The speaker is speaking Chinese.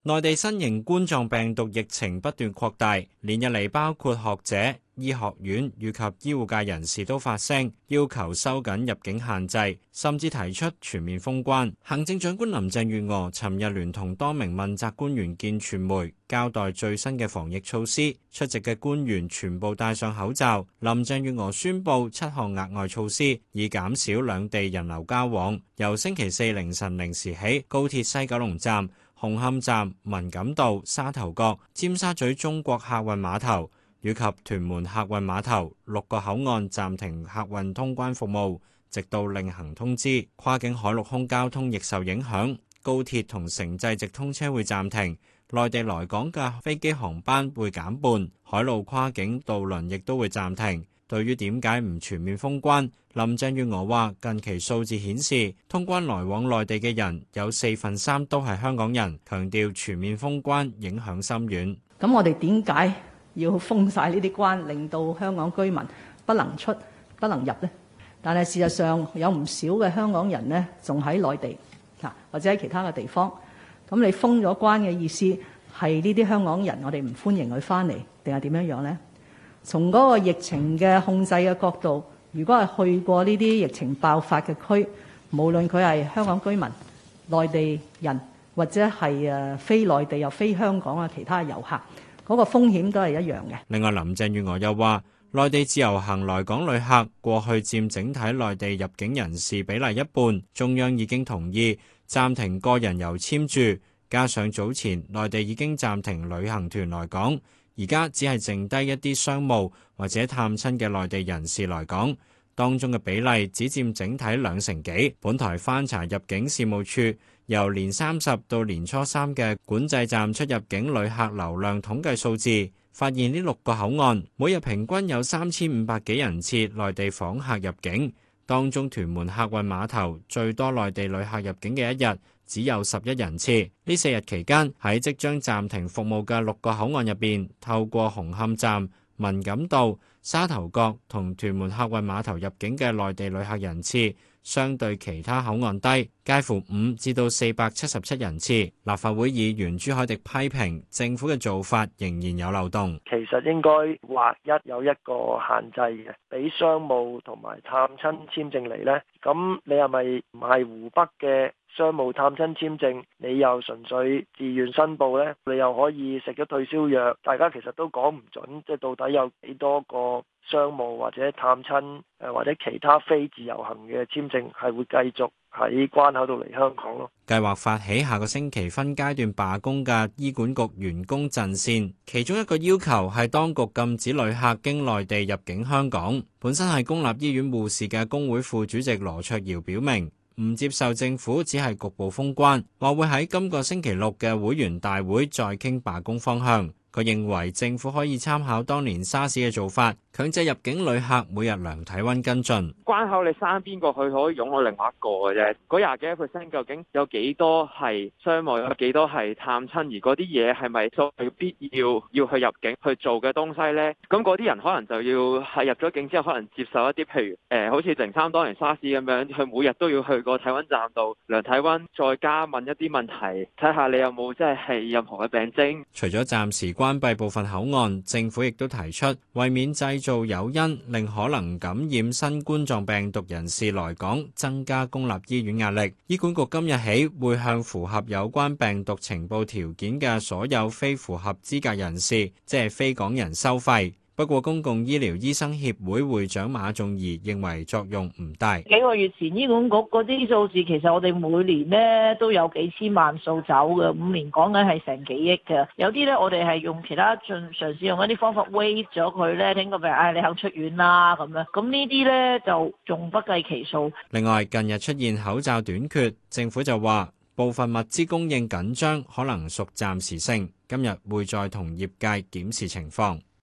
內地新型冠狀病毒疫情不斷擴大，連日嚟包括學者、醫學院以及醫護界人士都發聲，要求收緊入境限制，甚至提出全面封關。行政長官林鄭月娥尋日聯同多名問責官員見傳媒，交代最新嘅防疫措施。出席嘅官員全部戴上口罩。林鄭月娥宣布7項額外措施，以減少兩地人流交往。由星期四凌晨0時起，高鐵西九龍站、紅磡站、文錦渡、沙頭角、尖沙咀中國客運碼頭以及屯門客運碼頭6個口岸暫停客運通關服務，直到另行通知。跨境海陸空交通亦受影響，高鐵同城際直通車會暫停，內地來港嘅飛機航班會減半，海路跨境渡輪亦都會暫停。對於點解唔全面封關，林鄭月娥話：近期數字顯示，通關來往內地嘅人有3/4都係香港人，強調全面封關影響深遠。 咁我哋點解要封晒呢啲關，令到香港居民不能出、不能入呢？但係事實上有唔少嘅香港人呢，仲喺內地或者喺其他嘅地方。咁你封咗關嘅意思係呢啲香港人，我哋唔歡迎佢翻嚟，定係點樣樣呢？從嗰個疫情嘅控制嘅角度，如果係去過呢啲疫情爆發嘅區，無論佢係香港居民、內地人或者係非內地又非香港嘅其他遊客，嗰個風險都係一樣嘅。 另外，林鄭月娥又話，內地自由行來港旅客過去佔整體內地入境人士比例一半，中央已經同意暫停個人遊簽注，加上早前內地已經暫停旅行團來港。而家只係剩低一啲商務或者探親嘅內地人士來港，當中嘅比例只佔整體2成幾。本台翻查入境事務處由年30到年初3嘅管制站出入境旅客流量統計數字，發現呢6個口岸每日平均有3500幾人次內地訪客入境，當中屯門客運碼頭最多內地旅客入境嘅一日只有11人次。呢4日期間，喺即將暫停服務嘅6個口岸入邊，透過紅磡站、文錦渡、沙頭角同屯門客運碼頭入境嘅內地旅客人次，相對其他口岸低，介乎5至到477人次。立法會議員朱凱廸批評政府嘅做法仍然有漏洞。 其實應該劃一有一個限制嘅，俾商務同埋探親簽證嚟呢。咁你係咪唔係湖北嘅商務探親簽證，你又純粹自願申報呢？你又可以食咗退燒藥，大家其實都講唔準，即係到底有幾多個商務或者探親或者其他非自由行嘅簽證係會繼續喺關口度嚟香港咯。 計劃發起下個星期分階段罷工嘅醫管局員工陣線，其中一個要求係當局禁止旅客經內地入境香港。本身係公立醫院護士嘅工會副主席羅卓瑤表明，唔接受政府只係局部封關，話會喺今個星期6嘅會員大會再傾罷工方向。佢認為政府可以參考當年沙士嘅做法，強制入境旅客每日量體溫跟進。 關口你閂邊個去可以湧到另外一個嘅啫，嗰20幾%究竟有幾多係商務，有幾多係探親，而嗰啲嘢係咪作為必要去入境去做嘅東西呢？咁嗰啲人可能就要係入咗境之後，可能接受一啲譬如好似03當年沙士咁樣，佢每日都要去個體溫站度量體溫，再加問一啲問題，睇下你有冇即係任何嘅病徵。 除咗暫時關閉部分口岸，政府亦都提出，為免製造誘因，令可能感染新冠狀病毒人士來港，增加公立醫院壓力。醫管局今日起會向符合有關病毒呈報條件嘅所有非符合資格人士，即係非港人收費。不過，公共醫療醫生協會會長馬仲儀認為作用唔大。 幾個月前醫管局嗰啲數字，其實我哋每年呢都有幾千萬數走嘅，5年講緊係成幾億嘅。有啲呢，我哋係用其他嘗試用一啲方法 waive 咗佢呢，聽個病，你肯出院啦咁樣。咁呢啲呢，就仲不計其數。 另外，近日出現口罩短缺，政府就話部分物資供應緊張，可能屬暫時性。今日會再同業界檢視情況。